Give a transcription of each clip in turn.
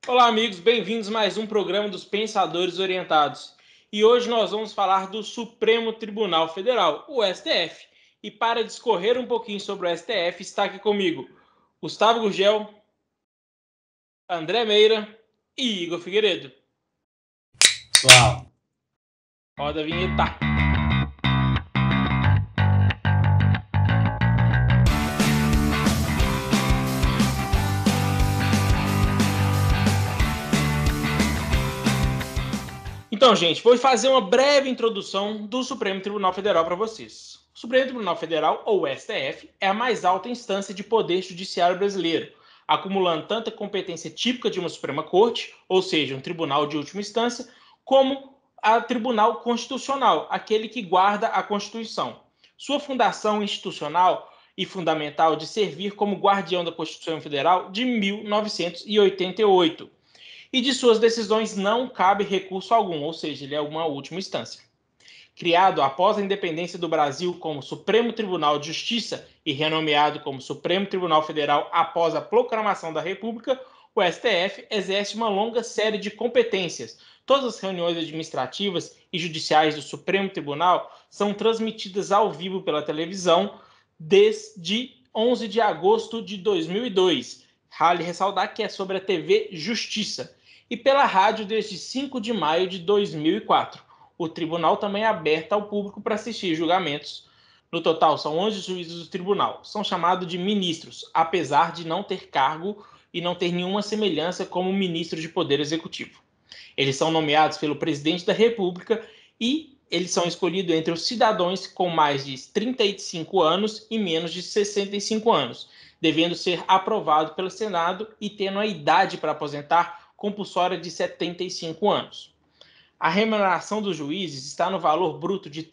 Olá, amigos, bem-vindos a mais um programa dos Pensadores Orientados. E hoje nós vamos falar do Supremo Tribunal Federal, o STF. E para discorrer um pouquinho sobre o STF, está aqui comigo Gustavo Gurgel, André Meira e Igor Figueiredo. Pessoal, roda a vinheta. Então, gente, vou fazer uma breve introdução do Supremo Tribunal Federal para vocês. O Supremo Tribunal Federal, ou STF, é a mais alta instância de poder judiciário brasileiro, acumulando tanto a competência típica de uma Suprema Corte, ou seja, um tribunal de última instância, como a Tribunal Constitucional, aquele que guarda a Constituição. Sua fundação institucional e fundamental de servir como guardião da Constituição Federal de 1988. E de suas decisões não cabe recurso algum, ou seja, ele é uma última instância. Criado após a independência do Brasil como Supremo Tribunal de Justiça e renomeado como Supremo Tribunal Federal após a proclamação da República, o STF exerce uma longa série de competências. Todas as reuniões administrativas e judiciais do Supremo Tribunal são transmitidas ao vivo pela televisão desde 11 de agosto de 2002. Vale ressaltar que é sobre a TV Justiça. E pela rádio desde 5 de maio de 2004. O tribunal também é aberto ao público para assistir julgamentos. No total, são 11 juízes do tribunal. São chamados de ministros, apesar de não ter cargo e não ter nenhuma semelhança como ministro de poder executivo. Eles são nomeados pelo presidente da República e eles são escolhidos entre os cidadãos com mais de 35 anos e menos de 65 anos, devendo ser aprovado pelo Senado e tendo a idade para aposentar compulsória de 75 anos. A remuneração dos juízes está no valor bruto de R$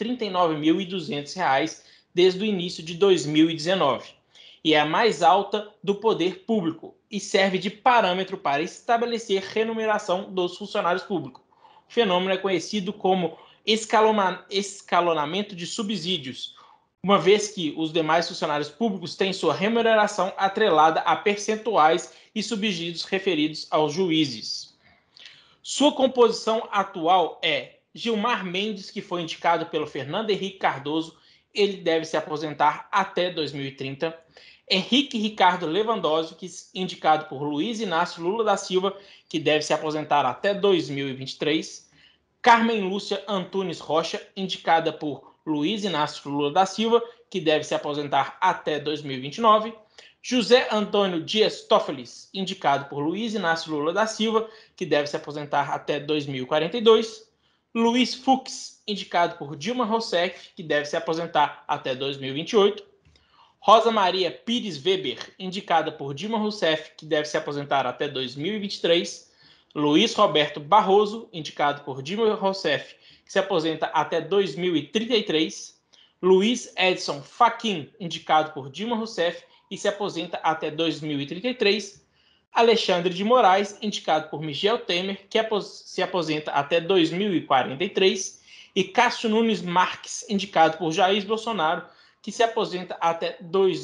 39.200 desde o início de 2019 e é a mais alta do poder público e serve de parâmetro para estabelecer remuneração dos funcionários públicos. O fenômeno é conhecido como escalonamento de subsídios, uma vez que os demais funcionários públicos têm sua remuneração atrelada a percentuais e subsídios referidos aos juízes. Sua composição atual é Gilmar Mendes, que foi indicado pelo Fernando Henrique Cardoso, ele deve se aposentar até 2030. Henrique Ricardo Lewandowski, indicado por Luiz Inácio Lula da Silva, que deve se aposentar até 2023. Carmen Lúcia Antunes Rocha, indicada por Luiz Inácio Lula da Silva, que deve se aposentar até 2029. José Antônio Dias Toffoli, indicado por Luiz Inácio Lula da Silva, que deve se aposentar até 2042. Luiz Fux, indicado por Dilma Rousseff, que deve se aposentar até 2028. Rosa Maria Pires Weber, indicada por Dilma Rousseff, que deve se aposentar até 2023. Luiz Roberto Barroso, indicado por Dilma Rousseff, que se aposenta até 2033. Luiz Edson Fachin, indicado por Dilma Rousseff, e se aposenta até 2033. Alexandre de Moraes, indicado por Michel Temer, que se aposenta até 2043. E Cássio Nunes Marques, indicado por Jair Bolsonaro, que se aposenta até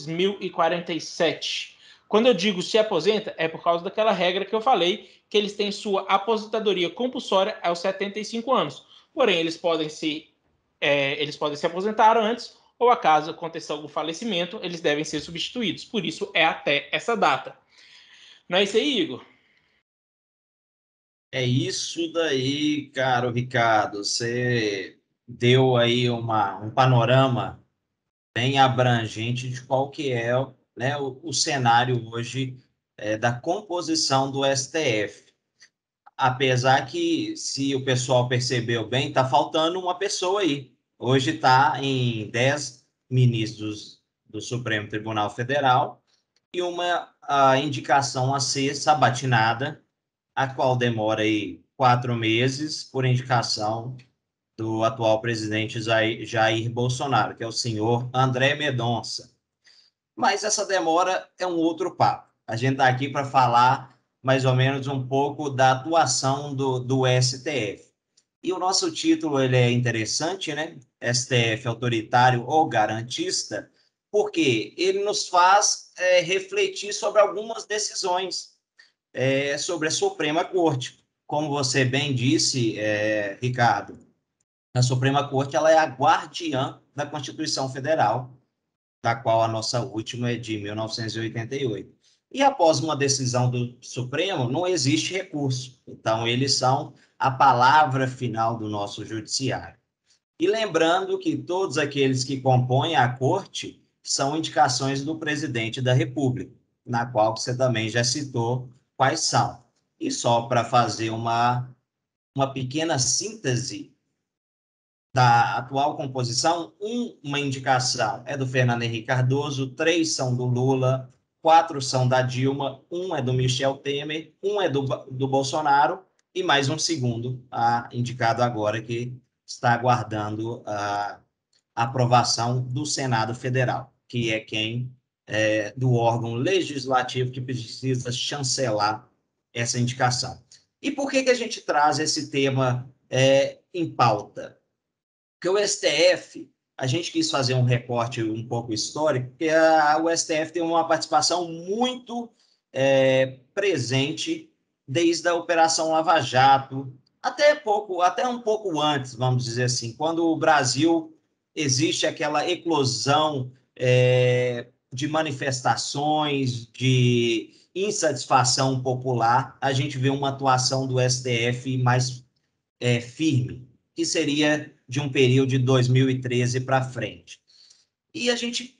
2047. Quando eu digo se aposenta, é por causa daquela regra que eu falei, que eles têm sua aposentadoria compulsória aos 75 anos. Porém, eles podem se aposentar antes, ou acaso aconteça algum falecimento, eles devem ser substituídos. Por isso, é até essa data. Não é isso aí, Igor? é isso daí, caro Ricardo. Você deu aí um panorama bem abrangente de qual que é, né, o cenário hoje da composição do STF. Apesar que, se o pessoal percebeu bem, está faltando uma pessoa aí. Hoje está em 10 ministros do Supremo Tribunal Federal e uma indicação a ser sabatinada, a qual demora aí 4 meses por indicação do atual presidente Jair Bolsonaro, que é o senhor André Mendonça. Mas essa demora é um outro papo. A gente está aqui para falar mais ou menos um pouco da atuação do STF. E o nosso título ele é interessante, né? STF autoritário ou garantista, porque ele nos faz refletir sobre algumas decisões. sobre a Suprema Corte. Como você bem disse, Ricardo, a Suprema Corte ela é a guardiã da Constituição Federal, da qual a nossa última é de 1988. E após uma decisão do Supremo, não existe recurso. Então, eles são a palavra final do nosso judiciário. E lembrando que todos aqueles que compõem a corte são indicações do presidente da República, na qual você também já citou quais são. E só para fazer uma pequena síntese da atual composição, uma indicação é do Fernando Henrique Cardoso, 3 são do Lula, 4 são da Dilma, 1 é do Michel Temer, 1 é do Bolsonaro e mais um segundo indicado agora que está aguardando a aprovação do Senado Federal, que é quem do órgão legislativo que precisa chancelar essa indicação. E por que a gente traz esse tema em pauta? Porque o STF, a gente quis fazer um recorte um pouco histórico, porque o STF tem uma participação muito presente desde a Operação Lava Jato, até um pouco antes, vamos dizer assim, quando o Brasil existe aquela eclosão de manifestações, de insatisfação popular, a gente vê uma atuação do STF mais firme, que seria de um período de 2013 para frente. E a gente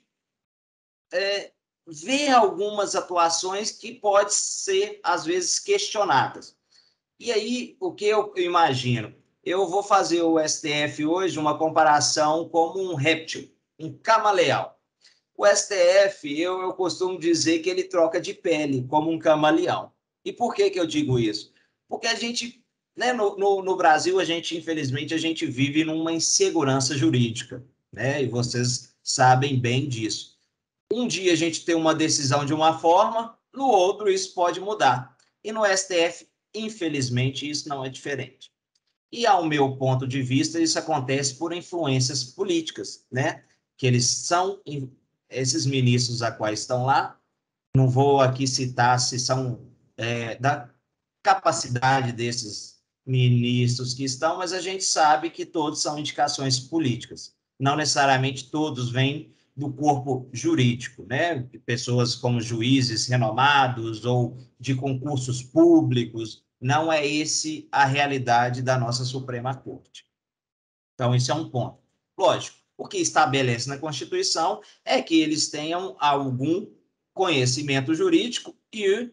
vê algumas atuações que podem ser, às vezes, questionadas. E aí, o que eu imagino? Eu vou fazer o STF hoje uma comparação como um réptil, um camaleão. O STF, eu costumo dizer que ele troca de pele, como um camaleão. E por que eu digo isso? Porque a gente, né, no Brasil, infelizmente, a gente vive numa insegurança jurídica, né? E vocês sabem bem disso. Um dia a gente tem uma decisão de uma forma, no outro isso pode mudar. E no STF, infelizmente, isso não é diferente. E, ao meu ponto de vista, isso acontece por influências políticas, né? Que eles são, esses ministros a quais estão lá, não vou aqui citar se são da capacidade desses ministros que estão, mas a gente sabe que todos são indicações políticas. Não necessariamente todos vêm do corpo jurídico, né? Pessoas como juízes renomados ou de concursos públicos. Não é esse a realidade da nossa Suprema Corte. Então, esse é um ponto. Lógico, o que estabelece na Constituição é que eles tenham algum conhecimento jurídico e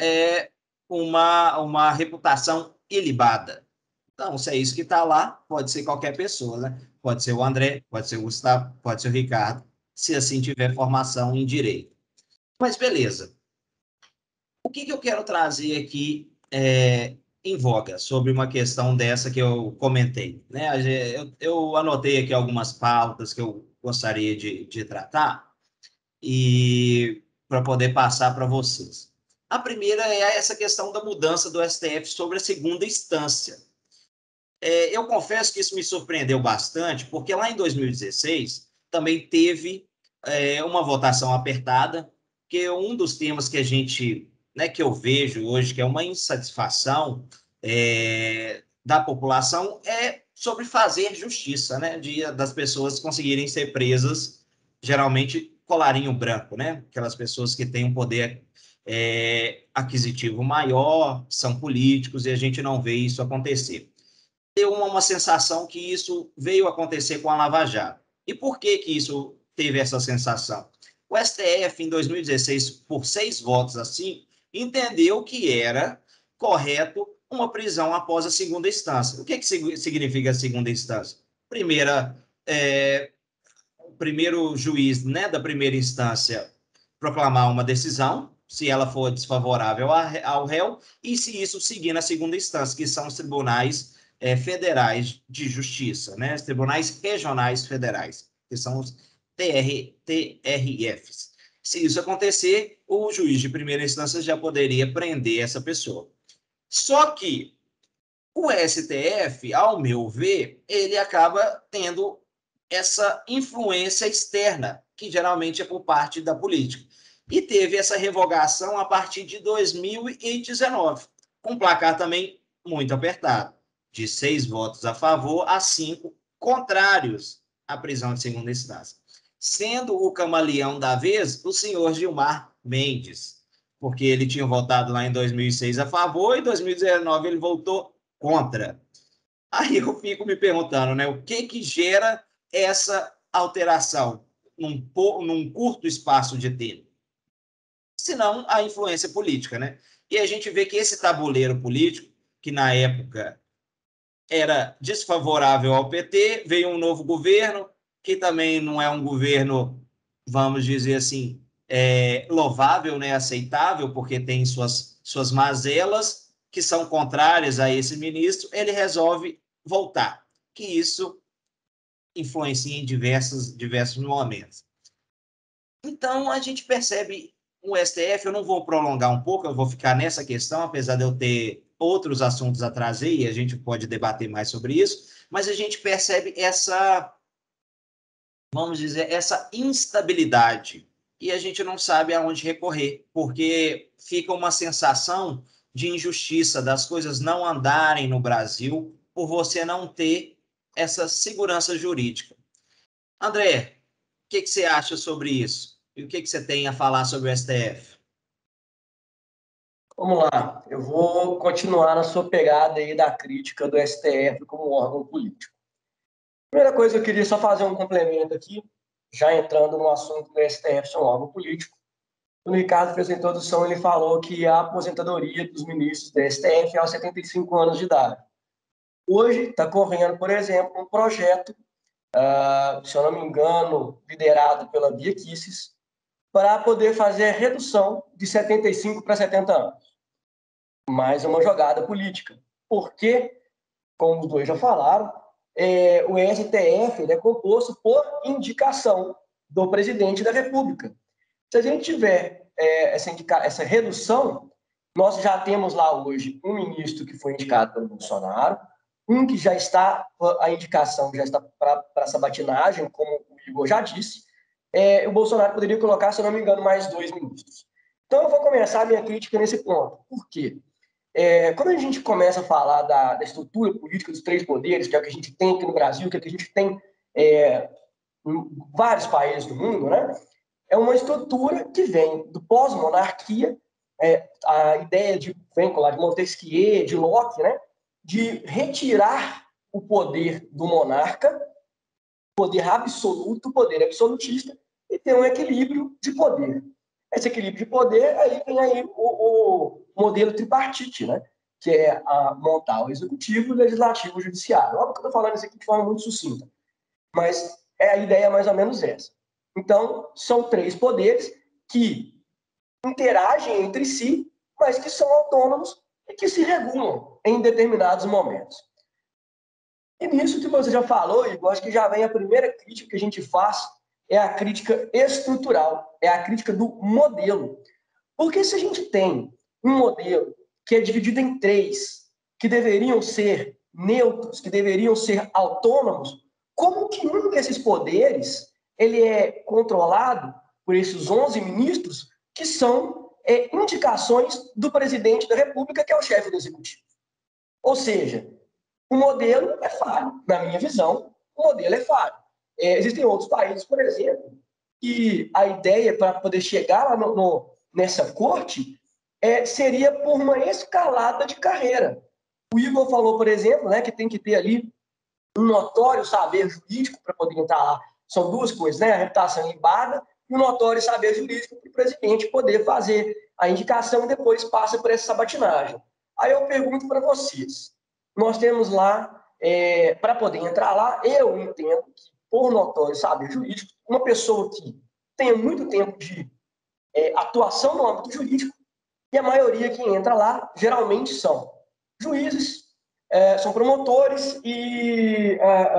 uma reputação ilibada. Então, se é isso que está lá, pode ser qualquer pessoa, né? Pode ser o André, pode ser o Gustavo, pode ser o Ricardo, se assim tiver formação em direito. Mas beleza. O que eu quero trazer aqui em voga sobre uma questão dessa que eu comentei, né? Eu anotei aqui algumas pautas que eu gostaria de tratar e para poder passar para vocês. A primeira é essa questão da mudança do STF sobre a segunda instância. Eu confesso que isso me surpreendeu bastante, porque lá em 2016 também teve uma votação apertada, que um dos temas que a gente, né, que eu vejo hoje, que é uma insatisfação da população, é sobre fazer justiça, né, das pessoas conseguirem ser presas, geralmente colarinho branco, né, aquelas pessoas que têm um poder aquisitivo maior, são políticos, e a gente não vê isso acontecer. Deu uma sensação que isso veio acontecer com a Lava Jato. E por que isso teve essa sensação? O STF, em 2016, por 6 votos assim, entendeu que era correto uma prisão após a segunda instância. O que significa a segunda instância? O primeiro juiz, né, da primeira instância proclamar uma decisão, se ela for desfavorável ao réu, e se isso seguir na segunda instância, que são os tribunais federais de justiça, né? Os tribunais regionais federais, que são os TRFs. Se isso acontecer, o juiz de primeira instância já poderia prender essa pessoa. Só que o STF, ao meu ver, ele acaba tendo essa influência externa, que geralmente é por parte da política. e teve essa revogação a partir de 2019, com um placar também muito apertado, de 6 votos a favor a 5 contrários à prisão de segunda instância, sendo o camaleão da vez o senhor Gilmar Mendes, porque ele tinha votado lá em 2006 a favor e em 2019 ele votou contra. Aí eu fico me perguntando, né, o que gera essa alteração num curto espaço de tempo? Senão a influência política, né? E a gente vê que esse tabuleiro político, que na época era desfavorável ao PT, veio um novo governo, que também não é um governo, vamos dizer assim, louvável, né, aceitável, porque tem suas mazelas, que são contrárias a esse ministro, ele resolve voltar, que isso influencia em diversos momentos. Então, a gente percebe o STF, eu não vou prolongar um pouco, eu vou ficar nessa questão, apesar de eu ter outros assuntos a trazer, e a gente pode debater mais sobre isso, mas a gente percebe essa, vamos dizer, essa instabilidade, e a gente não sabe aonde recorrer, porque fica uma sensação de injustiça, das coisas não andarem no Brasil, por você não ter essa segurança jurídica. André, o que você acha sobre isso? E o que você tem a falar sobre o STF? Vamos lá, eu vou continuar na sua pegada aí da crítica do STF como órgão político. Primeira coisa, eu queria só fazer um complemento aqui, já entrando no assunto do STF ser um órgão político. Quando o Ricardo fez a introdução, ele falou que a aposentadoria dos ministros do STF é aos 75 anos de idade. Hoje está correndo, por exemplo, um projeto, se eu não me engano, liderado pela Bia Kicis, para poder fazer a redução de 75 para 70 anos. Mais uma jogada política. Porque, como os dois já falaram, o STF é composto por indicação do presidente da República. Se a gente tiver essa redução, nós já temos lá hoje um ministro que foi indicado pelo Bolsonaro, um que já está, a indicação já está para sabatinagem, como o Igor já disse, o Bolsonaro poderia colocar, se eu não me engano, mais 2 ministros. Então, eu vou começar a minha crítica nesse ponto. Por quê? Quando a gente começa a falar da estrutura política dos 3 poderes, que é o que a gente tem aqui no Brasil, que é o que a gente tem em vários países do mundo, né? É uma estrutura que vem do pós-monarquia, a ideia vem lá de Montesquieu, de Locke, né? De retirar o poder do monarca, poder absoluto, poder absolutista, e ter um equilíbrio de poder. Esse equilíbrio de poder, aí vem aí o modelo tripartite, né? Que é montar o executivo, o legislativo e o judiciário. Óbvio que eu estou falando isso aqui de forma muito sucinta, mas a ideia é mais ou menos essa. Então, são 3 poderes que interagem entre si, mas que são autônomos e que se regulam em determinados momentos. E nisso que você já falou, Igor, acho que já vem a primeira crítica que a gente faz, é a crítica estrutural, é a crítica do modelo. Porque se a gente tem um modelo que é dividido em 3, que deveriam ser neutros, que deveriam ser autônomos, como que um desses poderes ele é controlado por esses 11 ministros que são indicações do presidente da República, que é o chefe do executivo? Ou seja, o modelo é falho. Na minha visão, o modelo é falho. Existem outros países, por exemplo, que a ideia para poder chegar lá nessa corte seria por uma escalada de carreira. O Igor falou, por exemplo, né, que tem que ter ali um notório saber jurídico para poder entrar lá. São 2 coisas, né? A reputação ilibada e o notório saber jurídico para o presidente poder fazer a indicação e depois passa por essa sabatinagem. Aí eu pergunto para vocês, nós temos lá, para poder entrar lá, eu entendo que, por notório saber jurídico, uma pessoa que tenha muito tempo de atuação no âmbito jurídico, e a maioria que entra lá, geralmente são juízes, são promotores e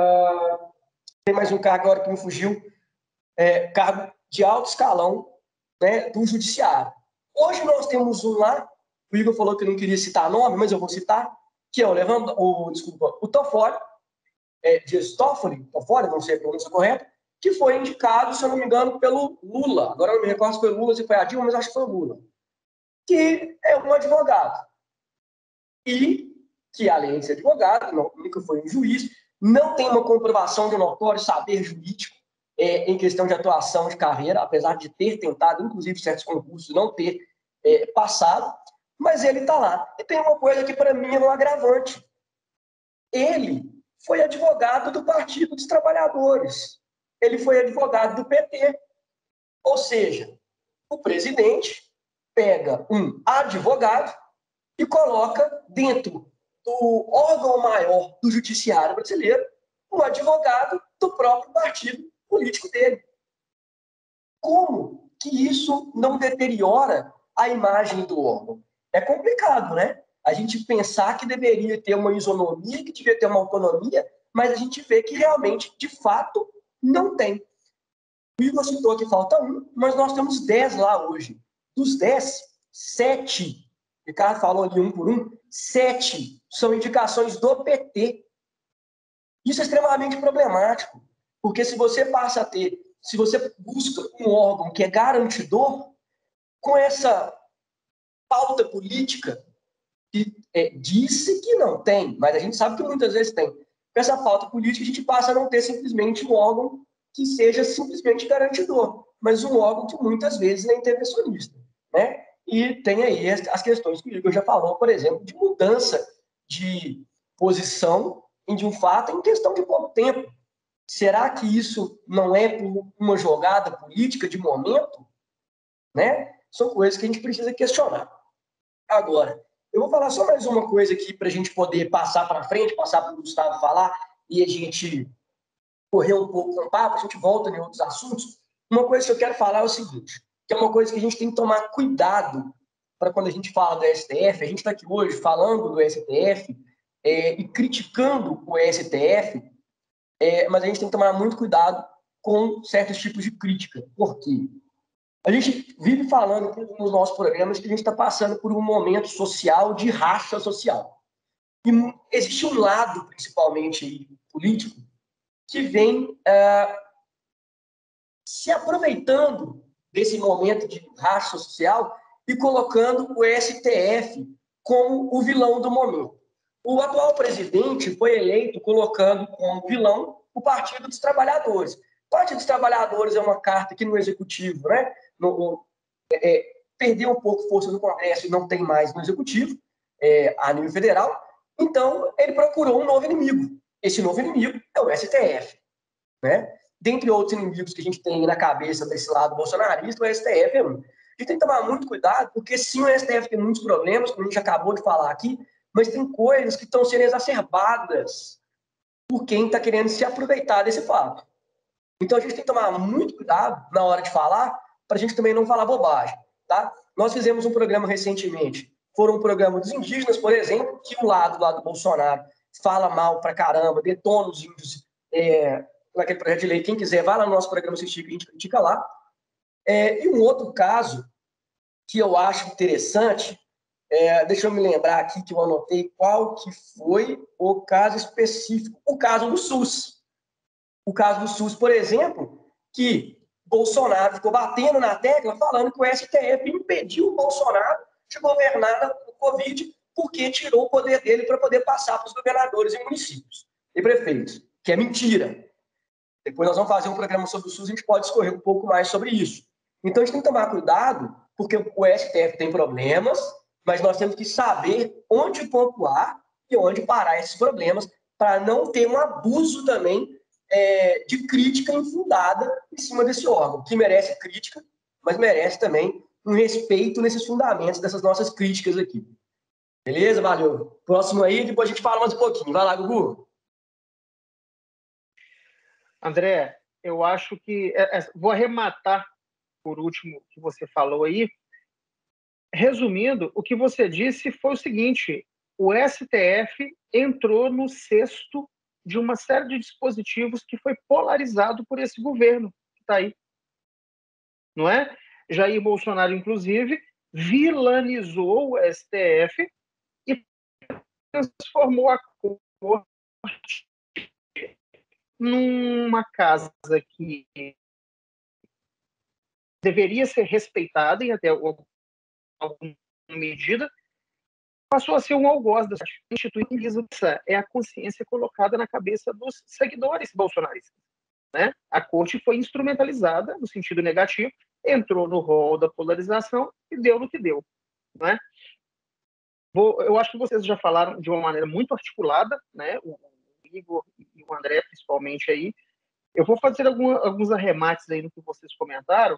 tem mais um cargo agora que me fugiu, cargo de alto escalão, né, do judiciário. Hoje nós temos um lá, o Igor falou que não queria citar nome, mas eu vou citar, que é o Toffoli, Dias Toffoli, não sei a pronúncia correta, que foi indicado, se eu não me engano, pelo Lula. Agora eu não me recordo se foi o Lula, se foi a Dilma, mas acho que foi o Lula. Que é um advogado. E que, além de ser advogado, nunca foi um juiz, não tem uma comprovação de notório saber jurídico em questão de atuação de carreira, apesar de ter tentado, inclusive, certos concursos, não ter passado, mas ele está lá. E tem uma coisa que, para mim, é um agravante. Ele foi advogado do Partido dos Trabalhadores. Ele foi advogado do PT. Ou seja, o presidente pega um advogado e coloca dentro do órgão maior do judiciário brasileiro um advogado do próprio partido político dele. Como que isso não deteriora a imagem do órgão? É complicado, né? A gente pensar que deveria ter uma isonomia, que deveria ter uma autonomia, mas a gente vê que realmente, de fato, não tem. O Igor citou que falta um, mas nós temos 10 lá hoje. Dos 10, 7, o Ricardo falou ali um por um, 7 são indicações do PT. Isso é extremamente problemático, porque se você passa a ter, se você busca um órgão que é garantidor, com essa pauta política, que disse que não tem, mas a gente sabe que muitas vezes tem. Com essa pauta política, a gente passa a não ter simplesmente um órgão que seja simplesmente garantidor, mas um órgão que muitas vezes é intervencionista, né? E tem aí as questões que o Igor já falou, por exemplo, de mudança de posição de um fato em questão de pouco tempo. Será que isso não é por uma jogada política de momento? Né? São coisas que a gente precisa questionar. Agora, eu vou falar só mais uma coisa aqui para a gente poder passar para frente, passar para o Gustavo falar e a gente correr um pouco com o papo, a gente volta em outros assuntos. Uma coisa que eu quero falar é o seguinte, que é uma coisa que a gente tem que tomar cuidado para quando a gente fala do STF. A gente está aqui hoje falando do STF e criticando o STF, mas a gente tem que tomar muito cuidado com certos tipos de crítica. Por quê? A gente vive falando nos nossos programas que a gente está passando por um momento social de racha social. E existe um lado, principalmente político, que vem se aproveitando desse momento de racha social e colocando o STF como o vilão do momento. O atual presidente foi eleito colocando como vilão o Partido dos Trabalhadores. O Partido dos Trabalhadores é uma carta que no Executivo, né, perdeu um pouco força no Congresso e não tem mais no Executivo, a nível federal. Então, ele procurou um novo inimigo. Esse novo inimigo é o STF. Né? Dentre outros inimigos que a gente tem na cabeça desse lado bolsonarista, o STF é um. A gente tem que tomar muito cuidado, porque sim, o STF tem muitos problemas, como a gente acabou de falar aqui, mas tem coisas que estão sendo exacerbadas por quem está querendo se aproveitar desse fato. Então a gente tem que tomar muito cuidado na hora de falar, para a gente também não falar bobagem. Tá? Nós fizemos um programa recentemente, foi um programa dos indígenas, por exemplo, que o lado lá do Bolsonaro fala mal pra caramba, detona os índios naquele projeto de lei. Quem quiser, vai lá no nosso programa assistir, que a gente critica lá. E um outro caso que eu acho interessante, deixa eu me lembrar aqui que eu anotei qual que foi o caso específico, o caso do SUS. O caso do SUS, por exemplo, que Bolsonaro ficou batendo na tecla falando que o STF impediu o Bolsonaro de governar o Covid porque tirou o poder dele para poder passar para os governadores e municípios e prefeitos, que é mentira. Depois nós vamos fazer um programa sobre o SUS, a gente pode discorrer um pouco mais sobre isso. Então a gente tem que tomar cuidado, porque o STF tem problemas, mas nós temos que saber onde pontuar e onde parar esses problemas, para não ter um abuso também de crítica infundada em cima desse órgão, que merece crítica, mas merece também um respeito nesses fundamentos dessas nossas críticas aqui. Beleza? Valeu. Próximo aí, depois a gente fala mais um pouquinho. Vai lá, Gugu. André, eu acho que... vou arrematar por último que você falou aí. Resumindo, o que você disse foi o seguinte: o STF entrou no cesto de uma série de dispositivos que foi polarizado por esse governo que está aí. Não é? Jair Bolsonaro, inclusive, vilanizou o STF e transformou a corte numa casa que deveria ser respeitada em até alguma medida, passou a ser um algoz da instituição. Essa é a consciência colocada na cabeça dos seguidores bolsonaristas, né? A corte foi instrumentalizada no sentido negativo, entrou no rol da polarização e deu no que deu, né? Eu acho que vocês já falaram de uma maneira muito articulada, né? O Igor e o André, principalmente aí. Eu vou fazer alguns arremates aí no que vocês comentaram.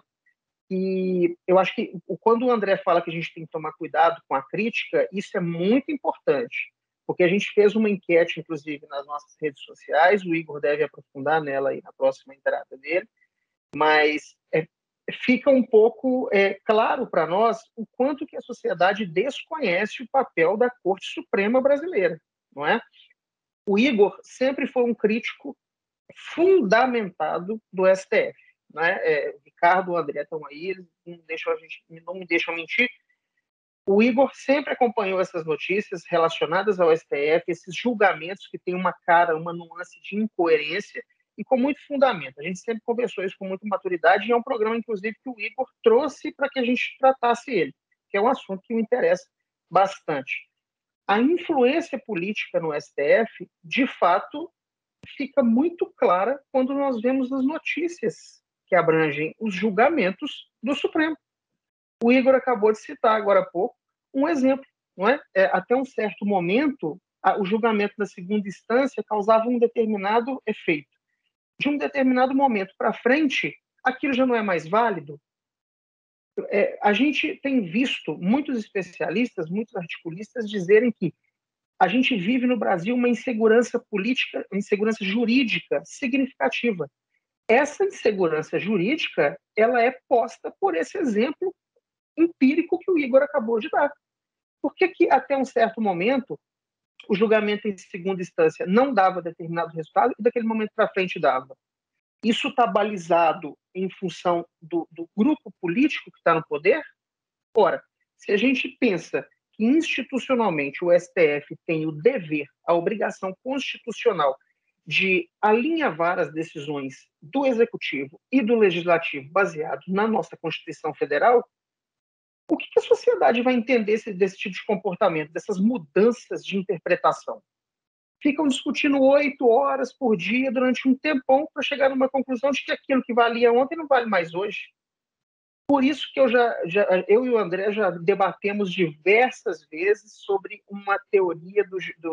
E eu acho que quando o André fala que a gente tem que tomar cuidado com a crítica, isso é muito importante, porque a gente fez uma enquete, inclusive, nas nossas redes sociais, o Igor deve aprofundar nela aí na próxima entrada dele, mas fica um pouco claro para nós o quanto que a sociedade desconhece o papel da Corte Suprema brasileira, não é? O Igor sempre foi um crítico fundamentado do STF, né? O Ricardo, o André estão aí, eles não me deixam mentir. O Igor sempre acompanhou essas notícias relacionadas ao STF, esses julgamentos que têm uma cara, uma nuance de incoerência e com muito fundamento. A gente sempre conversou isso com muita maturidade e é um programa, inclusive, que o Igor trouxe para que a gente tratasse ele, que é um assunto que me interessa bastante. A influência política no STF, de fato, fica muito clara quando nós vemos as notícias que abrangem os julgamentos do Supremo. O Igor acabou de citar agora há pouco um exemplo, não é? Até um certo momento, o julgamento da segunda instância causava um determinado efeito. De um determinado momento para frente, aquilo já não é mais válido. A gente tem visto muitos especialistas, muitos articulistas dizerem que a gente vive no Brasil uma insegurança política, uma insegurança jurídica significativa. Essa insegurança jurídica, ela é posta por esse exemplo empírico que o Igor acabou de dar. Por que até um certo momento o julgamento em segunda instância não dava determinado resultado e daquele momento para frente dava? Isso está balizado em função do grupo político que está no poder? Ora, se a gente pensa que institucionalmente o STF tem o dever, a obrigação constitucional de alinhavar as decisões do Executivo e do Legislativo baseado na nossa Constituição Federal, o que a sociedade vai entender desse tipo de comportamento, dessas mudanças de interpretação? Ficam discutindo 8 horas por dia durante um tempão para chegar numa conclusão de que aquilo que valia ontem não vale mais hoje. Por isso que eu e o André já debatemos diversas vezes sobre uma teoria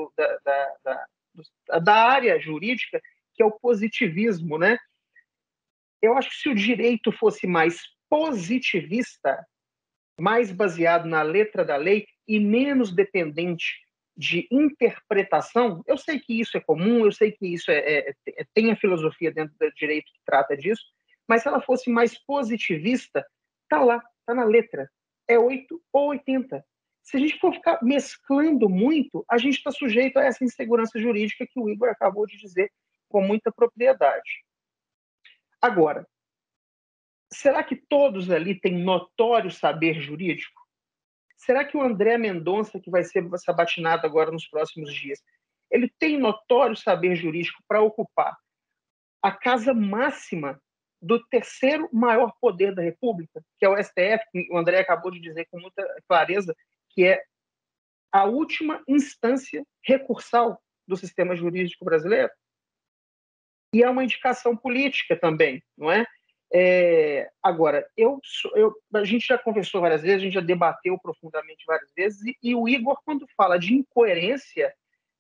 da área jurídica, que é o positivismo, né? Eu acho que se o direito fosse mais positivista, mais baseado na letra da lei e menos dependente de interpretação, eu sei que isso é comum, eu sei que isso tem a filosofia dentro do direito que trata disso, mas se ela fosse mais positivista, está lá, está na letra. É 8 ou 80. Se a gente for ficar mesclando muito, a gente está sujeito a essa insegurança jurídica que o Igor acabou de dizer com muita propriedade. Agora, será que todos ali têm notório saber jurídico? Será que o André Mendonça, que vai ser sabatinado agora nos próximos dias, ele tem notório saber jurídico para ocupar a casa máxima do terceiro maior poder da República, que é o STF, que o André acabou de dizer com muita clareza, que é a última instância recursal do sistema jurídico brasileiro? E é uma indicação política também, não é? Agora, a gente já conversou várias vezes, a gente já debateu profundamente várias vezes, e o Igor, quando fala de incoerência,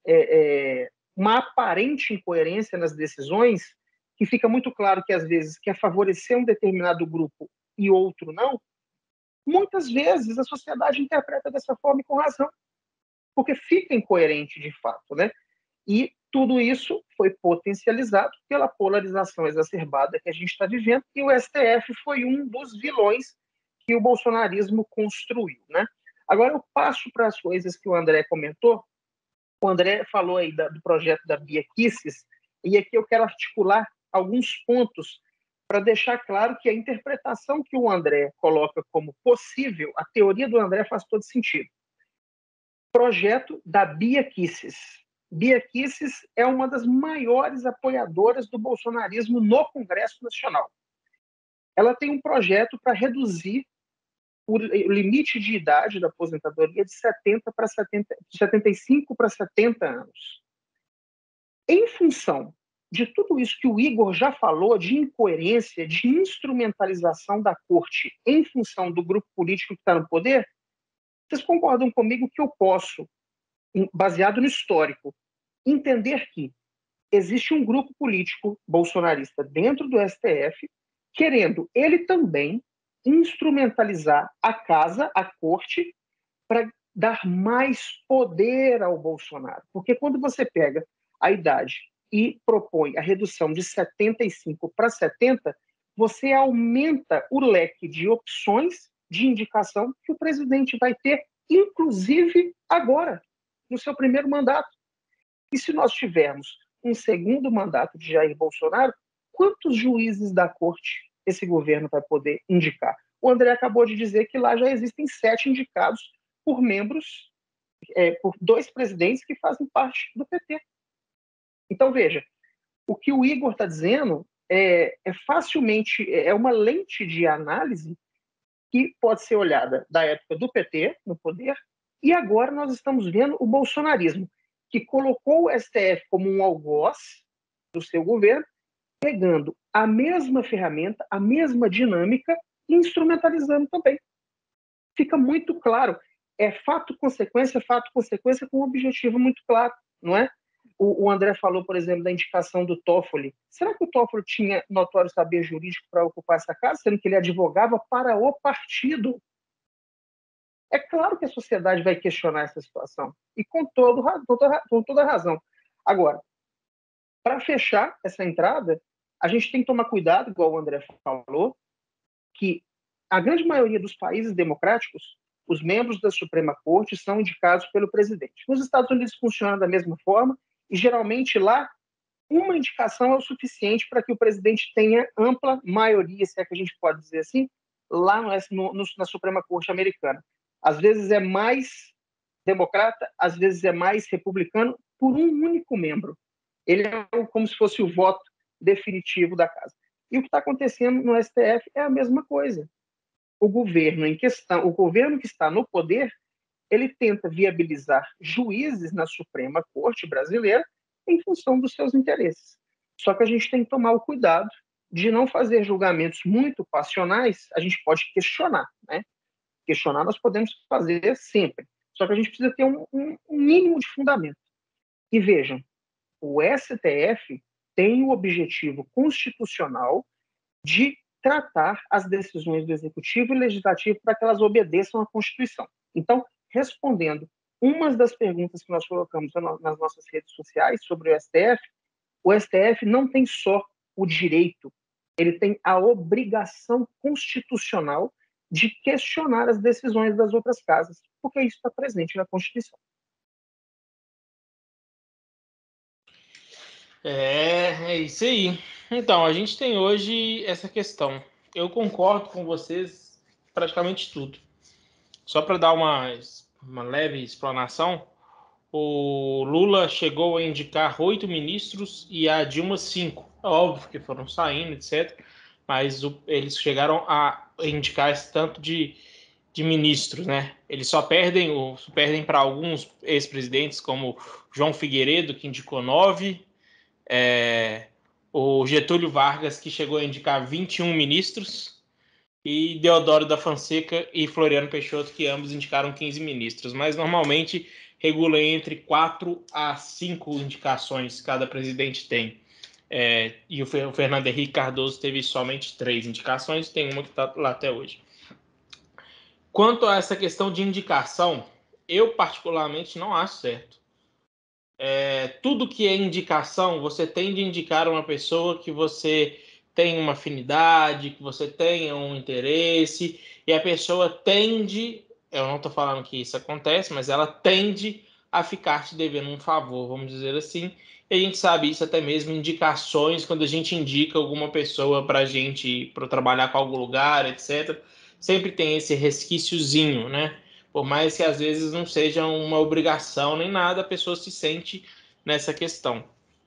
uma aparente incoerência nas decisões, que fica muito claro que, às vezes, quer favorecer um determinado grupo e outro não, muitas vezes a sociedade interpreta dessa forma e com razão, porque fica incoerente de fato, né? E tudo isso foi potencializado pela polarização exacerbada que a gente está vivendo, e o STF foi um dos vilões que o bolsonarismo construiu, né? Agora eu passo para as coisas que o André comentou. O André falou aí do projeto da Bia Kicis, e aqui eu quero articular alguns pontos para deixar claro que a interpretação que o André coloca como possível, a teoria do André faz todo sentido. Projeto da Bia Kicis. Bia Kicis é uma das maiores apoiadoras do bolsonarismo no Congresso Nacional. Ela tem um projeto para reduzir o limite de idade da aposentadoria de 75 para 70 anos. Em função de tudo isso que o Igor já falou, de incoerência, de instrumentalização da corte em função do grupo político que está no poder, vocês concordam comigo que eu posso, baseado no histórico, entender que existe um grupo político bolsonarista dentro do STF querendo ele também instrumentalizar a casa, a corte, para dar mais poder ao Bolsonaro. Porque quando você pega a idade e propõe a redução de 75 para 70, você aumenta o leque de opções de indicação que o presidente vai ter, inclusive agora, no seu primeiro mandato. E se nós tivermos um segundo mandato de Jair Bolsonaro, quantos juízes da corte esse governo vai poder indicar? O André acabou de dizer que lá já existem 7 indicados por membros, por 2 presidentes que fazem parte do PT. Então, veja, o que o Igor está dizendo é uma lente de análise que pode ser olhada da época do PT no poder, e agora nós estamos vendo o bolsonarismo, que colocou o STF como um algoz do seu governo, pegando a mesma ferramenta, a mesma dinâmica e instrumentalizando também. Fica muito claro. É fato-consequência com um objetivo muito claro, não é? O André falou, por exemplo, da indicação do Toffoli. Será que o Toffoli tinha notório saber jurídico para ocupar essa casa, sendo que ele advogava para o partido? É claro que a sociedade vai questionar essa situação, e com toda razão. Agora, para fechar essa entrada, a gente tem que tomar cuidado, igual o André falou, que a grande maioria dos países democráticos, os membros da Suprema Corte são indicados pelo presidente. Nos Estados Unidos funciona da mesma forma, e geralmente lá uma indicação é o suficiente para que o presidente tenha ampla maioria, se é que a gente pode dizer assim, lá na Suprema Corte americana. Às vezes é mais democrata, às vezes é mais republicano, por um único membro. Ele é como se fosse o voto definitivo da casa. E o que está acontecendo no STF é a mesma coisa. O governo em questão, o governo que está no poder, ele tenta viabilizar juízes na Suprema Corte brasileira em função dos seus interesses. Só que a gente tem que tomar o cuidado de não fazer julgamentos muito passionais. A gente pode questionar, né? Questionar nós podemos fazer sempre. Só que a gente precisa ter um mínimo de fundamento. E vejam, o STF tem o objetivo constitucional de tratar as decisões do Executivo e Legislativo para que elas obedeçam à Constituição. Então, respondendo umas das perguntas que nós colocamos nas nossas redes sociais sobre o STF não tem só o direito, ele tem a obrigação constitucional de questionar as decisões das outras casas, porque isso está presente na Constituição. É isso aí. Então, a gente tem hoje essa questão. Eu concordo com vocês praticamente tudo. Só para dar uma leve explanação, o Lula chegou a indicar 8 ministros e a Dilma 5. É óbvio que foram saindo, etc. Mas eles chegaram a indicar esse tanto de ministros, né? Eles só perdem para alguns ex-presidentes, como João Figueiredo, que indicou 9, o Getúlio Vargas, que chegou a indicar 21 ministros, e Deodoro da Fonseca e Floriano Peixoto, que ambos indicaram 15 ministros. Mas normalmente regula entre 4 a 5 indicações cada presidente tem. E o Fernando Henrique Cardoso teve somente 3 indicações, tem uma que está lá até hoje. Quanto a essa questão de indicação, eu particularmente não acho certo. Tudo que é indicação, você tem de indicar uma pessoa que você tem uma afinidade, que você tenha um interesse, e a pessoa tende, eu não estou falando que isso acontece, mas ela tende a ficar te devendo um favor, vamos dizer assim. E a gente sabe isso até mesmo em indicações, quando a gente indica alguma pessoa para a gente, para trabalhar com algum lugar, etc. Sempre tem esse resquíciozinho, né? Por mais que às vezes não seja uma obrigação nem nada, a pessoa se sente nessa questão.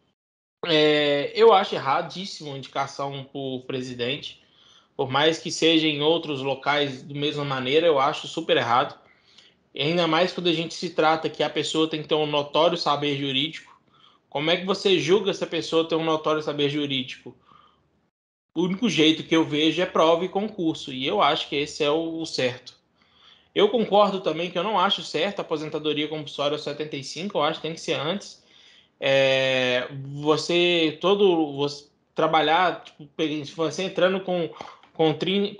Eu acho erradíssimo a indicação por presidente, por mais que seja em outros locais da mesma maneira, eu acho super errado. E ainda mais quando a gente se trata que a pessoa tem que ter um notório saber jurídico. Como é que você julga se a pessoa tem um notório saber jurídico? O único jeito que eu vejo é prova e concurso, e eu acho que esse é o certo. Eu concordo também que eu não acho certo a aposentadoria compulsória aos 75, eu acho que tem que ser antes. Você trabalhar, tipo, você entrando com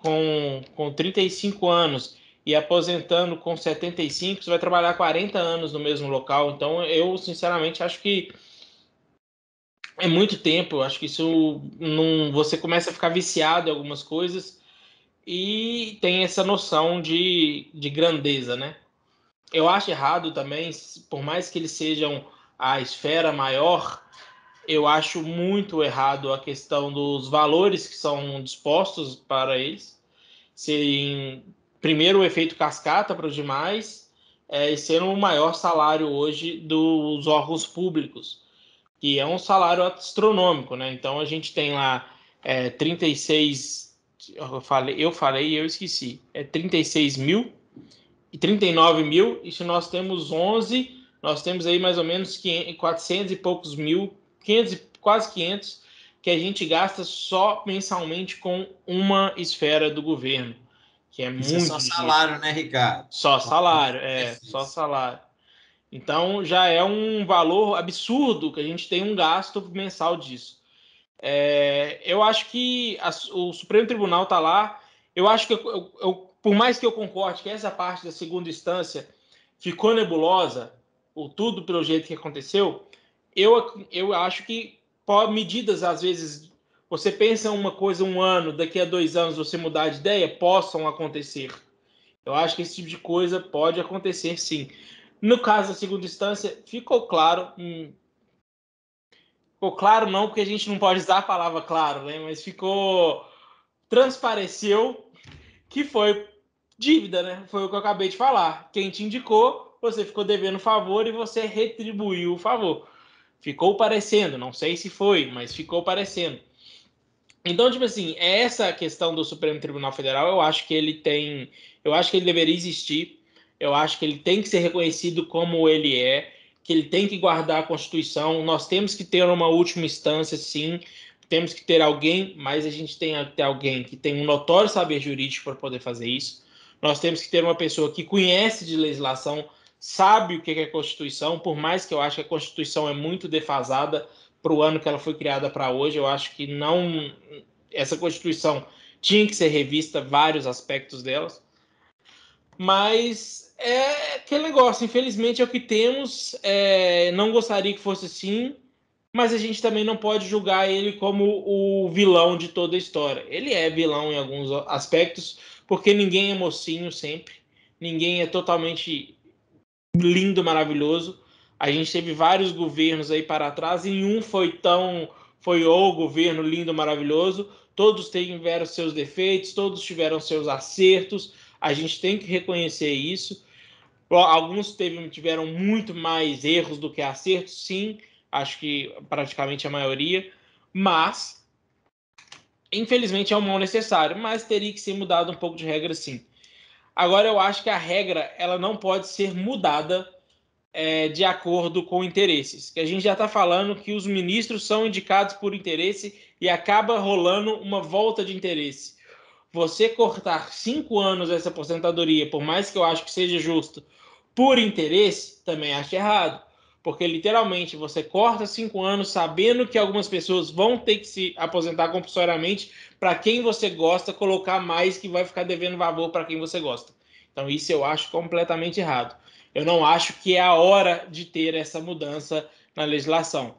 35 anos e aposentando com 75, você vai trabalhar 40 anos no mesmo local. Então, eu sinceramente acho que é muito tempo. Eu acho que isso não, você começa a ficar viciado em algumas coisas e tem essa noção de grandeza, né? Eu acho errado também, por mais que eles sejam a esfera maior, eu acho muito errado a questão dos valores que são dispostos para eles serem, primeiro, o efeito cascata para os demais, e ser o maior salário hoje dos órgãos públicos, que é um salário astronômico, né? Então a gente tem lá 36, eu esqueci, 36 mil e 39 mil, e se nós temos 11, nós temos aí mais ou menos 400 e poucos mil, 500, quase 500, que a gente gasta só mensalmente com uma esfera do governo, que é Isso é muito só dinheiro. salário, né, Ricardo? Só salário, só Benefício. salário. Então já é um valor absurdo que a gente tem um gasto mensal disso. Eu acho que o Supremo Tribunal está lá. Eu acho que, por mais que eu concorde que essa parte da segunda instância ficou nebulosa, por tudo pelo jeito que aconteceu, eu acho que medidas, às vezes, você pensa uma coisa um ano, daqui a 2 anos você mudar de ideia, possam acontecer. Eu acho que esse tipo de coisa pode acontecer, sim. No caso da segunda instância, ficou claro. Ficou claro não, porque a gente não pode usar a palavra claro, né? Mas transpareceu que foi dívida, né? Foi o que eu acabei de falar. Quem te indicou, você ficou devendo favor e você retribuiu o favor. Ficou parecendo, não sei se foi, mas ficou parecendo. Então, tipo assim, essa questão do Supremo Tribunal Federal, eu acho que ele deveria existir, eu acho que ele tem que ser reconhecido como ele é, que ele tem que guardar a Constituição, nós temos que ter uma última instância, sim, temos que ter alguém, mas a gente tem que ter alguém que tem um notório saber jurídico para poder fazer isso, nós temos que ter uma pessoa que conhece de legislação, sabe o que é Constituição, por mais que eu acho que a Constituição é muito defasada, para o ano que ela foi criada para hoje. Eu acho que não, essa Constituição tinha que ser revista, vários aspectos delas. Mas é aquele negócio, infelizmente é o que temos. Não gostaria que fosse assim, mas a gente também não pode julgar ele como o vilão de toda a história. Ele é vilão em alguns aspectos, porque ninguém é mocinho sempre, ninguém é totalmente lindo, maravilhoso. A gente teve vários governos aí para trás e nenhum foi o governo lindo, maravilhoso. Todos tiveram seus defeitos, todos tiveram seus acertos. A gente tem que reconhecer isso. Alguns tiveram muito mais erros do que acertos, sim. Acho que praticamente a maioria. Mas, infelizmente, é um mal necessário. Mas teria que ser mudado um pouco de regra, sim. Agora, eu acho que a regra ela não pode ser mudada de acordo com interesses. Que a gente já está falando que os ministros são indicados por interesse e acaba rolando uma volta de interesse. Você cortar 5 anos essa aposentadoria, por mais que eu acho que seja justo, por interesse, também acho errado. Porque literalmente você corta 5 anos sabendo que algumas pessoas vão ter que se aposentar compulsoriamente para quem você gosta, colocar mais que vai ficar devendo valor para quem você gosta. Então isso eu acho completamente errado. Eu não acho que é a hora de ter essa mudança na legislação.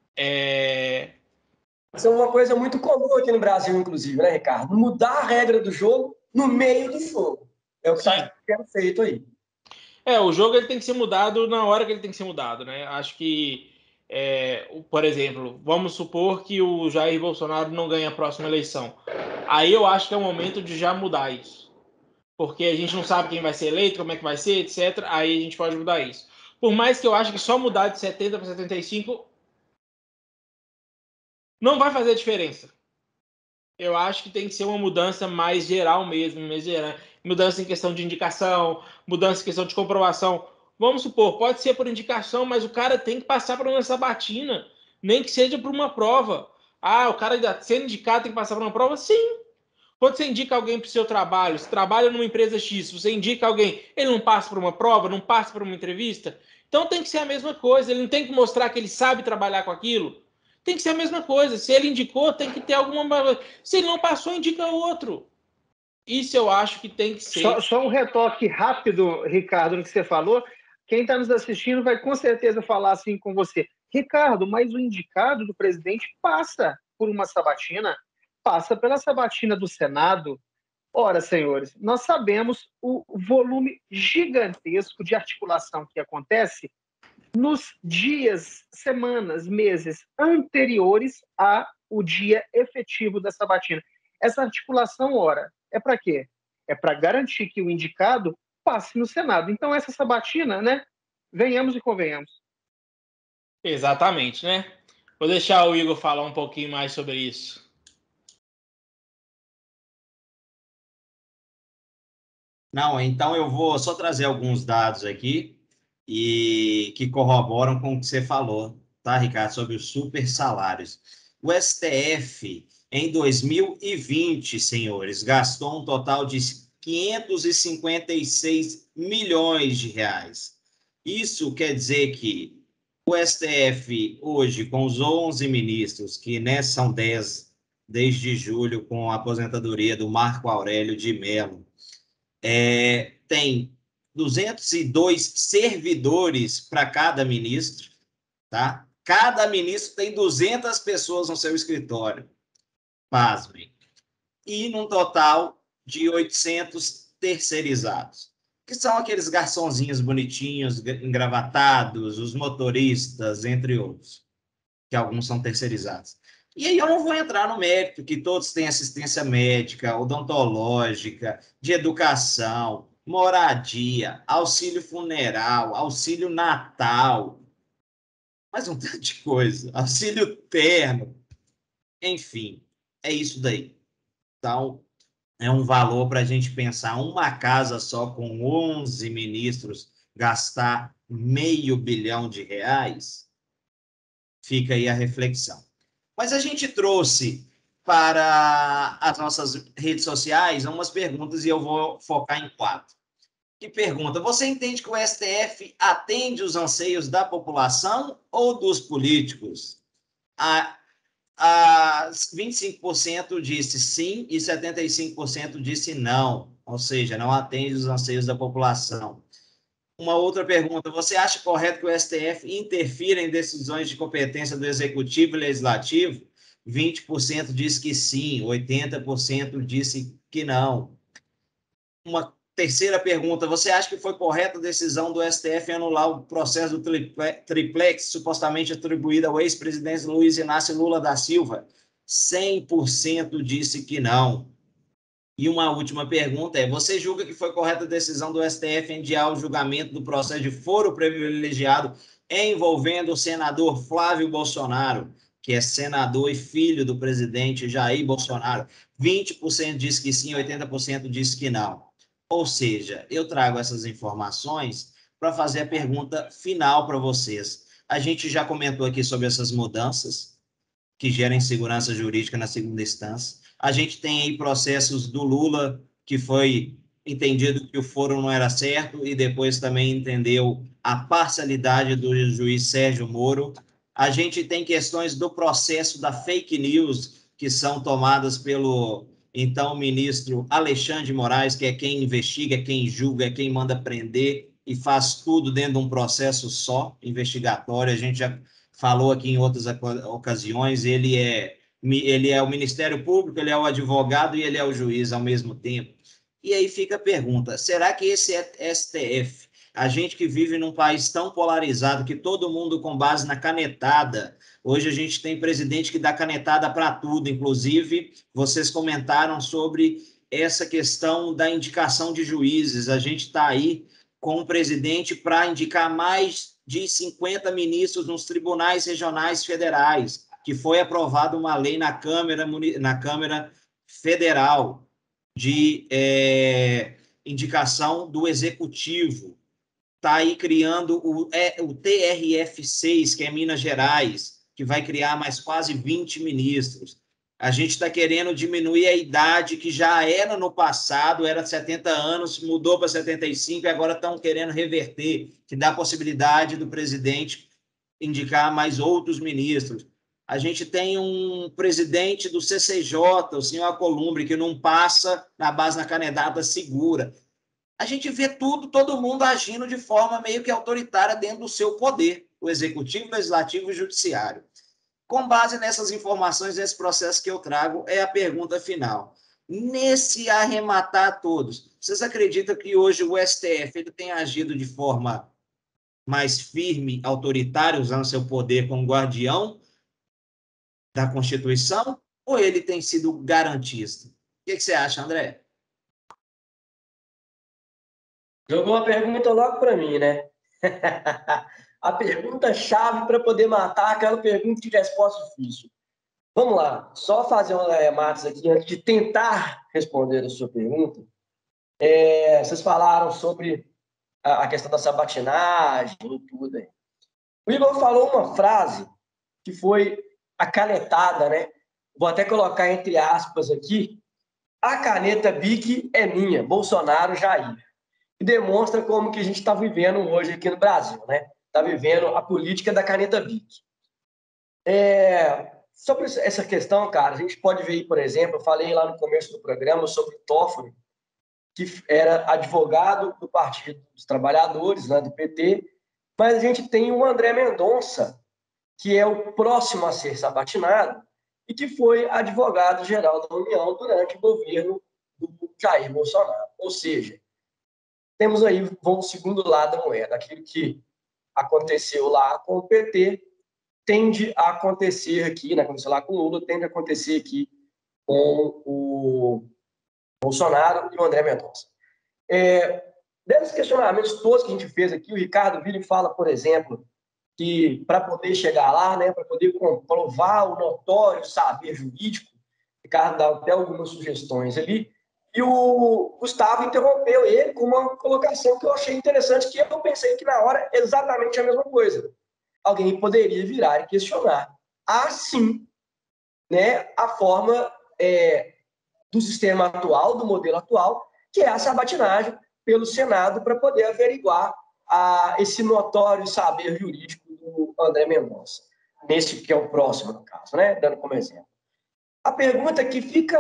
Isso é uma coisa muito comum aqui no Brasil, inclusive, né, Ricardo? Mudar a regra do jogo no meio do jogo. É o que está sendo feito aí. O jogo ele tem que ser mudado na hora que ele tem que ser mudado, né? Acho que, por exemplo, vamos supor que o Jair Bolsonaro não ganhe a próxima eleição. Aí eu acho que é o momento de já mudar isso. Porque a gente não sabe quem vai ser eleito, como é que vai ser, etc. Aí a gente pode mudar isso. Por mais que eu ache que só mudar de 70 para 75 não vai fazer diferença. Eu acho que tem que ser uma mudança mais geral mesmo, mudança em questão de indicação, mudança em questão de comprovação. Vamos supor, pode ser por indicação, mas o cara tem que passar por uma sabatina, nem que seja por uma prova. Ah, o cara sendo indicado tem que passar por uma prova? Sim. Quando você indica alguém para o seu trabalho, você trabalha numa empresa X, você indica alguém, ele não passa por uma prova, não passa por uma entrevista? Então tem que ser a mesma coisa, ele não tem que mostrar que ele sabe trabalhar com aquilo. Tem que ser a mesma coisa. Se ele indicou, tem que ter alguma. Se ele não passou, indica outro. Isso eu acho que tem que ser. Só um retoque rápido, Ricardo, no que você falou. Quem está nos assistindo vai com certeza falar assim com você. Ricardo, mas o indicado do presidente passa por uma sabatina, passa pela sabatina do Senado. Ora, senhores, nós sabemos o volume gigantesco de articulação que acontece nos dias, semanas, meses anteriores ao dia efetivo da sabatina. Essa articulação, ora, é para quê? É para garantir que o indicado passe no Senado. Então, essa sabatina, né? Venhamos e convenhamos. Exatamente, né? Vou deixar o Igor falar um pouquinho mais sobre isso. Não, então eu vou só trazer alguns dados aqui e que corroboram com o que você falou, tá, Ricardo, sobre os super salários. O STF, em 2020, senhores, gastou um total de 556 milhões de reais. Isso quer dizer que o STF, hoje, com os 11 ministros, que né, são 10 desde julho, com a aposentadoria do Marco Aurélio de Mello, tem 202 servidores para cada ministro, tá? Cada ministro tem 200 pessoas no seu escritório, pasmem. E num total de 800 terceirizados, que são aqueles garçonzinhos bonitinhos, engravatados, os motoristas, entre outros, que alguns são terceirizados. E aí eu não vou entrar no mérito que todos têm assistência médica, odontológica, de educação, moradia, auxílio funeral, auxílio natal, mais um tanto de coisa, auxílio terno, enfim, é isso daí. Então, é um valor para a gente pensar, uma casa só com 11 ministros gastar R$500 milhão, fica aí a reflexão. Mas a gente trouxe para as nossas redes sociais umas perguntas e eu vou focar em 4. Que pergunta: você entende que o STF atende os anseios da população ou dos políticos? A 25% disse sim e 75% disse não, ou seja, não atende os anseios da população. Uma outra pergunta: você acha correto que o STF interfira em decisões de competência do Executivo e Legislativo? 20% disse que sim, 80% disse que não. Uma terceira pergunta: você acha que foi correta a decisão do STF em anular o processo do triplex supostamente atribuído ao ex-presidente Luiz Inácio Lula da Silva? 100% disse que não. E uma última pergunta é: você julga que foi correta a decisão do STF em adiar o julgamento do processo de foro privilegiado envolvendo o senador Flávio Bolsonaro, que é senador e filho do presidente Jair Bolsonaro? 20% diz que sim, 80% diz que não. Ou seja, eu trago essas informações para fazer a pergunta final para vocês. A gente já comentou aqui sobre essas mudanças que geram insegurança jurídica na segunda instância. A gente tem aí processos do Lula, que foi entendido que o foro não era certo, e depois também entendeu a parcialidade do juiz Sérgio Moro. A gente tem questões do processo da fake news, que são tomadas pelo, então, ministro Alexandre de Moraes, que é quem investiga, quem julga, quem manda prender e faz tudo dentro de um processo só, investigatório. A gente já falou aqui em outras ocasiões, ele é o Ministério Público, ele é o advogado e ele é o juiz ao mesmo tempo. E aí fica a pergunta: será que esse STF, a gente que vive num país tão polarizado, que todo mundo com base na canetada, hoje a gente tem presidente que dá canetada para tudo, inclusive vocês comentaram sobre essa questão da indicação de juízes, a gente está aí com um presidente para indicar mais de 50 ministros nos tribunais regionais federais, que foi aprovada uma lei na Câmara Federal de indicação do Executivo. Está aí criando o TRF6, que é Minas Gerais, que vai criar mais quase 20 ministros. A gente está querendo diminuir a idade que já era no passado, era 70 anos, mudou para 75 e agora estão querendo reverter, que dá a possibilidade do presidente indicar mais outros ministros. A gente tem um presidente do CCJ, o senhor Alcolumbre, que não passa na base na candidatura segura. A gente vê todo mundo agindo de forma meio que autoritária dentro do seu poder, o executivo, o legislativo e o judiciário. Com base nessas informações, nesse processo que eu trago, é a pergunta final. Nesse arrematar todos, vocês acreditam que hoje o STF ele tem agido de forma mais firme, autoritária, usando seu poder como guardião da Constituição, ou ele tem sido garantista? O que você acha, André? Jogou uma pergunta logo para mim, né? A pergunta-chave para poder matar aquela pergunta de resposta difícil. Vamos lá, só fazer um arremates aqui antes de tentar responder a sua pergunta. Vocês falaram sobre a questão da sabatinagem e tudo aí. O Igor falou uma frase que foi acanetada, né? Vou até colocar entre aspas aqui. A caneta BIC é minha, Bolsonaro, Jair. E demonstra como que a gente está vivendo hoje aqui no Brasil, né? Está vivendo a política da caneta BIC. Sobre essa questão, cara, a gente pode ver, por exemplo, eu falei lá no começo do programa sobre o Toffoli, que era advogado do Partido dos Trabalhadores, né, do PT, mas a gente tem o André Mendonça, que é o próximo a ser sabatinado e que foi advogado-geral da União durante o governo do Jair Bolsonaro. Ou seja, temos aí um segundo lado da moeda. Aquilo que aconteceu lá com o PT tende a acontecer aqui, né? Aconteceu lá com o Lula, tende a acontecer aqui com o Bolsonaro e o André Mendonça. Desses questionamentos todos que a gente fez aqui, o Ricardo Villa fala, por exemplo, que para poder chegar lá, né, para poder comprovar o notório saber jurídico, o Ricardo dá até algumas sugestões ali, e o Gustavo interrompeu ele com uma colocação que eu achei interessante, que eu pensei que na hora exatamente a mesma coisa. Alguém poderia virar e questionar. Assim, né, a forma do sistema atual, do modelo atual, que é a sabatinagem pelo Senado para poder averiguar esse notório saber jurídico do André Mendonça, nesse que é o próximo, no caso, né, dando como exemplo. A pergunta que fica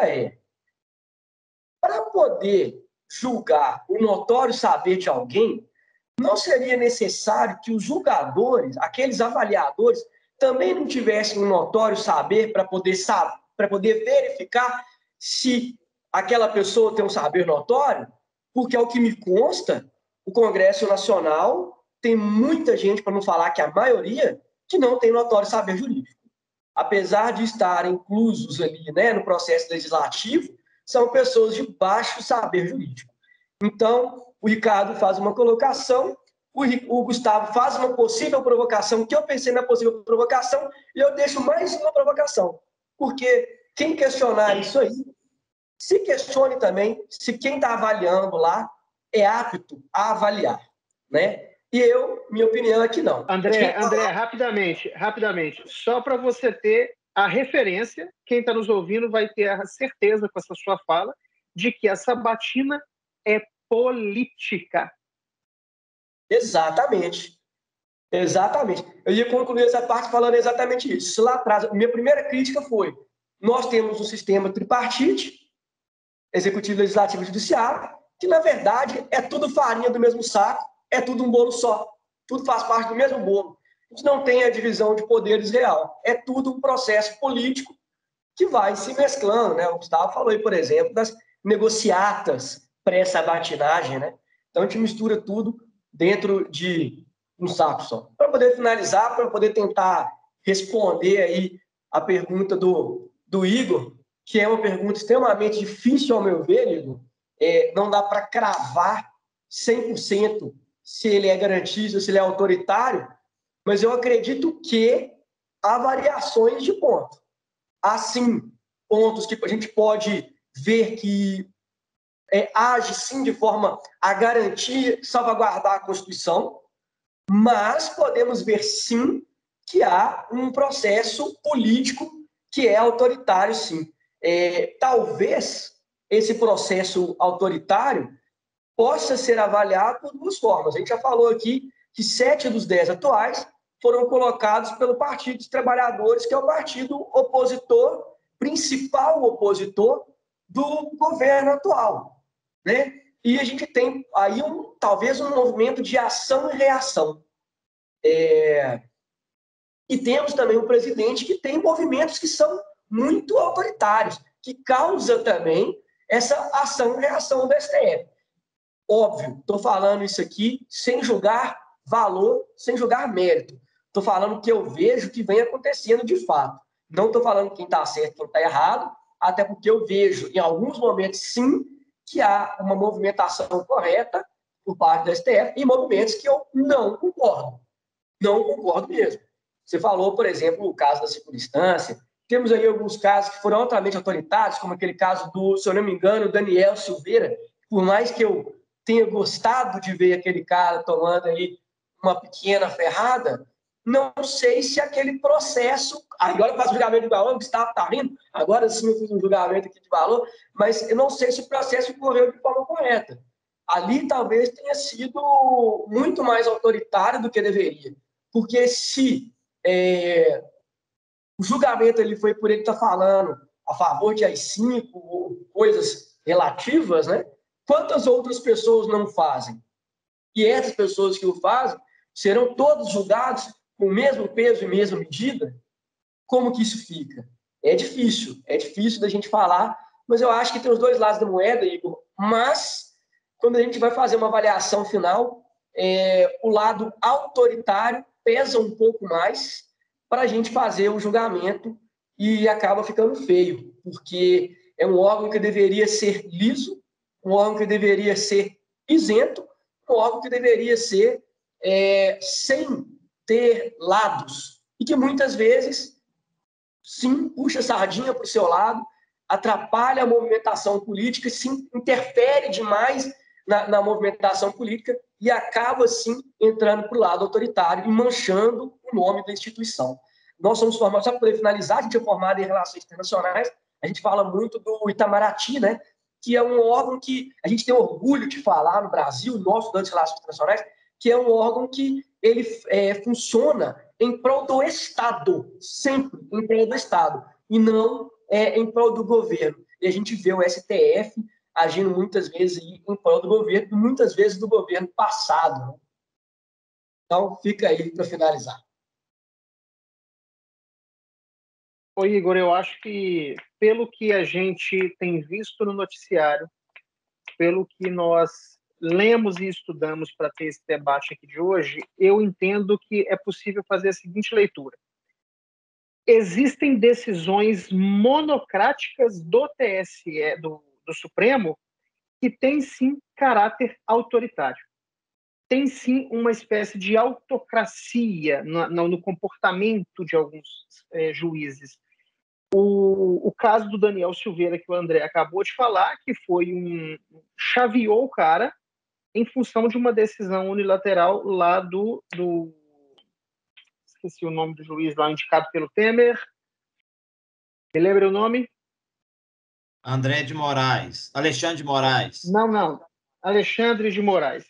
para poder julgar o notório saber de alguém, não seria necessário que os julgadores, aqueles avaliadores, também não tivessem um notório saber para poder verificar se aquela pessoa tem um saber notório? Porque, ao que me consta, o Congresso Nacional tem muita gente, para não falar que a maioria, que não tem notório saber jurídico. Apesar de estarem inclusos ali, né, no processo legislativo, são pessoas de baixo saber jurídico. Então, o Ricardo faz uma colocação, o Gustavo faz uma possível provocação, que eu pensei na possível provocação, e eu deixo mais uma provocação. Porque quem questionar isso aí, se questione também se quem está avaliando lá é apto a avaliar, né? E minha opinião é que não. André, rapidamente, só para você ter a referência, quem está nos ouvindo vai ter a certeza com essa sua fala de que a sabatina é política. Exatamente. Eu ia concluir essa parte falando exatamente isso. Lá atrás, minha primeira crítica foi: nós temos um sistema tripartite, executivo, legislativo e judiciário, que, na verdade, é tudo farinha do mesmo saco, é tudo um bolo só. Tudo faz parte do mesmo bolo. A gente não tem a divisão de poderes real. É tudo um processo político que vai se mesclando, né? O Gustavo falou aí, por exemplo, das negociatas pré-sabatinagem, né? Então, a gente mistura tudo dentro de um saco só. Para poder finalizar, para poder tentar responder aí a pergunta do Igor, que é uma pergunta extremamente difícil, ao meu ver, Igor. Não dá para cravar 100% se ele é garantista, se ele é autoritário, mas eu acredito que há variações de ponto. Há, sim, pontos que a gente pode ver que age, sim, de forma a garantir, salvaguardar a Constituição, mas podemos ver, sim, que há um processo político que é autoritário, sim. Talvez esse processo autoritário possa ser avaliado por duas formas. A gente já falou aqui que 7 dos 10 atuais foram colocados pelo Partido dos Trabalhadores, que é o partido opositor, principal opositor do governo atual, né? E a gente tem aí talvez um movimento de ação e reação. E temos também um presidente que tem movimentos que são muito autoritários, que causa também essa ação e reação do STF. Óbvio, estou falando isso aqui sem julgar valor, sem julgar mérito. Estou falando o que eu vejo que vem acontecendo de fato. Não estou falando quem está certo, quem está errado, até porque eu vejo, em alguns momentos, sim, que há uma movimentação correta por parte do STF e movimentos que eu não concordo. Não concordo mesmo. Você falou, por exemplo, o caso da segunda instância. Temos aí alguns casos que foram altamente autoritários, como aquele caso do, se eu não me engano, Daniel Silveira. Por mais que eu tenha gostado de ver aquele cara tomando aí uma pequena ferrada, não sei se aquele processo... Agora eu faço julgamento de valor, o Gustavo está rindo, agora sim eu fiz um julgamento aqui de valor, mas eu não sei se o processo ocorreu de forma correta. Ali talvez tenha sido muito mais autoritário do que deveria. Porque se o julgamento ele foi por ele estar falando a favor de AI-5 ou coisas relativas, né? Quantas outras pessoas não fazem? E essas pessoas que o fazem serão todos julgados com o mesmo peso e mesma medida? Como que isso fica? É difícil da gente falar, mas eu acho que tem os dois lados da moeda, Igor. Mas, quando a gente vai fazer uma avaliação final, o lado autoritário pesa um pouco mais para a gente fazer o julgamento e acaba ficando feio, porque é um órgão que deveria ser liso, um órgão que deveria ser isento, um órgão que deveria ser sem ter lados e que muitas vezes, sim, puxa a sardinha para o seu lado, atrapalha a movimentação política, sim, interfere demais na movimentação política e acaba, sim, entrando para o lado autoritário e manchando o nome da instituição. Nós somos formados, só para poder finalizar, a gente é formado em relações internacionais, a gente fala muito do Itamaraty, né, que é um órgão que a gente tem orgulho de falar no Brasil, nós estudantes de relações internacionais, que é um órgão que ele funciona em prol do Estado, sempre em prol do Estado, e não em prol do governo. E a gente vê o STF agindo muitas vezes em prol do governo, e muitas vezes do governo passado. Né? Então, fica aí para finalizar. Ô, Igor, eu acho que, pelo que a gente tem visto no noticiário, pelo que nós lemos e estudamos para ter esse debate aqui de hoje, eu entendo que é possível fazer a seguinte leitura. Existem decisões monocráticas do TSE, do Supremo, que têm, sim, caráter autoritário. Tem, sim, uma espécie de autocracia no comportamento de alguns juízes. O caso do Daniel Silveira, que o André acabou de falar, que foi chaveou o cara em função de uma decisão unilateral lá esqueci o nome do juiz lá indicado pelo Temer. Me lembra o nome? André de Moraes. Alexandre de Moraes. Não. Alexandre de Moraes.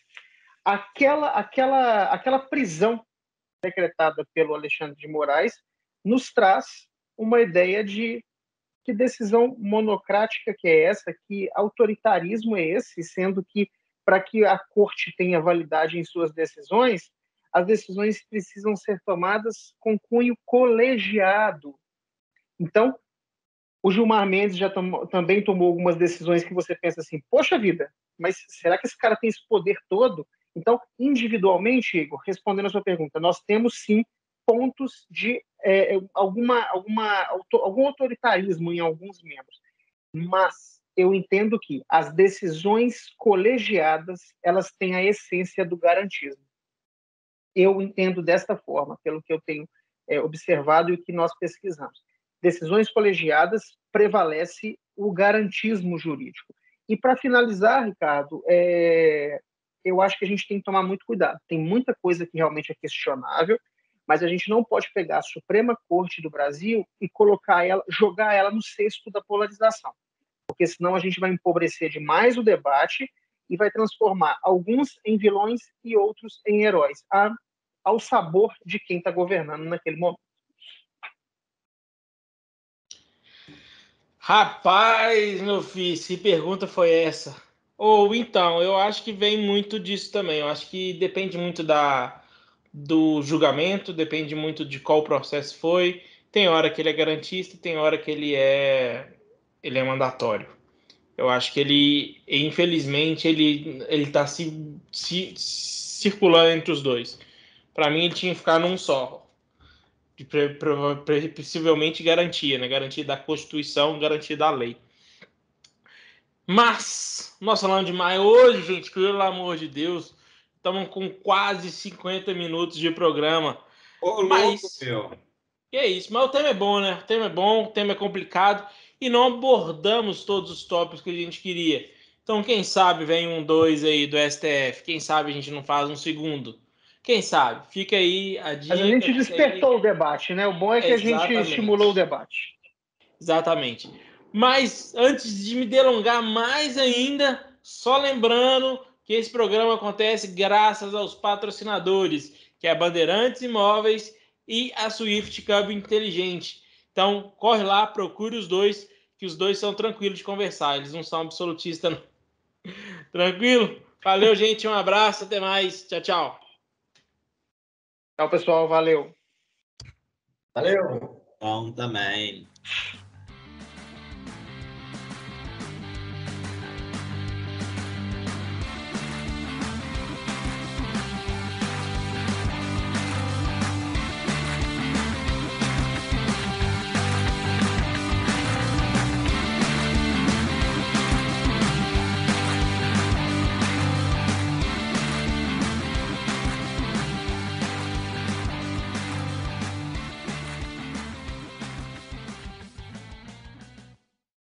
Aquela prisão decretada pelo Alexandre de Moraes nos traz uma ideia de que decisão monocrática que é essa, que autoritarismo é esse, sendo que para que a corte tenha validade em suas decisões, as decisões precisam ser tomadas com cunho colegiado. Então, o Gilmar Mendes já também tomou algumas decisões que você pensa assim, poxa vida, mas será que esse cara tem esse poder todo? Então, individualmente, Igor, respondendo a sua pergunta, nós temos sim pontos de algum autoritarismo em alguns membros, mas eu entendo que as decisões colegiadas, elas têm a essência do garantismo. Eu entendo desta forma, pelo que eu tenho observado e o que nós pesquisamos. Decisões colegiadas prevalece o garantismo jurídico. E para finalizar, Ricardo, eu acho que a gente tem que tomar muito cuidado. Tem muita coisa que realmente é questionável, mas a gente não pode pegar a Suprema Corte do Brasil e jogar ela no cesto da polarização, porque senão a gente vai empobrecer demais o debate e vai transformar alguns em vilões e outros em heróis, ao sabor de quem está governando naquele momento. Rapaz, meu filho, que pergunta foi essa? Ou então, eu acho que vem muito disso também. Eu acho que depende muito do julgamento, depende muito de qual processo foi. Tem hora que ele é garantista, tem hora que ele é mandatório. Eu acho que ele, infelizmente, ele tá se circulando entre os dois. Para mim, ele tinha que ficar num só. Possivelmente garantia, né? Garantia da Constituição, garantia da lei. Mas, nós falando demais hoje, gente, pelo amor de Deus, estamos com quase 50 minutos de programa. Ô, Mas, louco, meu. que é isso, mas o tema é bom, né? O tema é bom, o tema é complicado e não abordamos todos os tópicos que a gente queria. Então, quem sabe vem um 2 aí do STF, quem sabe a gente não faz um segundo. Quem sabe? Fica aí a dica. Mas a gente despertou o debate, né? O bom é que Exatamente. a gente estimulou o debate. Exatamente. Mas antes de me delongar mais ainda, só lembrando que esse programa acontece graças aos patrocinadores, que é a Bandeirantes Imóveis e a Swift Câmbio Inteligente. Então, corre lá, procure os dois, que os dois são tranquilos de conversar. Eles não são absolutistas, não. Tranquilo? Valeu, gente. Um abraço. Até mais. Tchau, tchau. Tchau, pessoal. Valeu. Valeu. Bom também.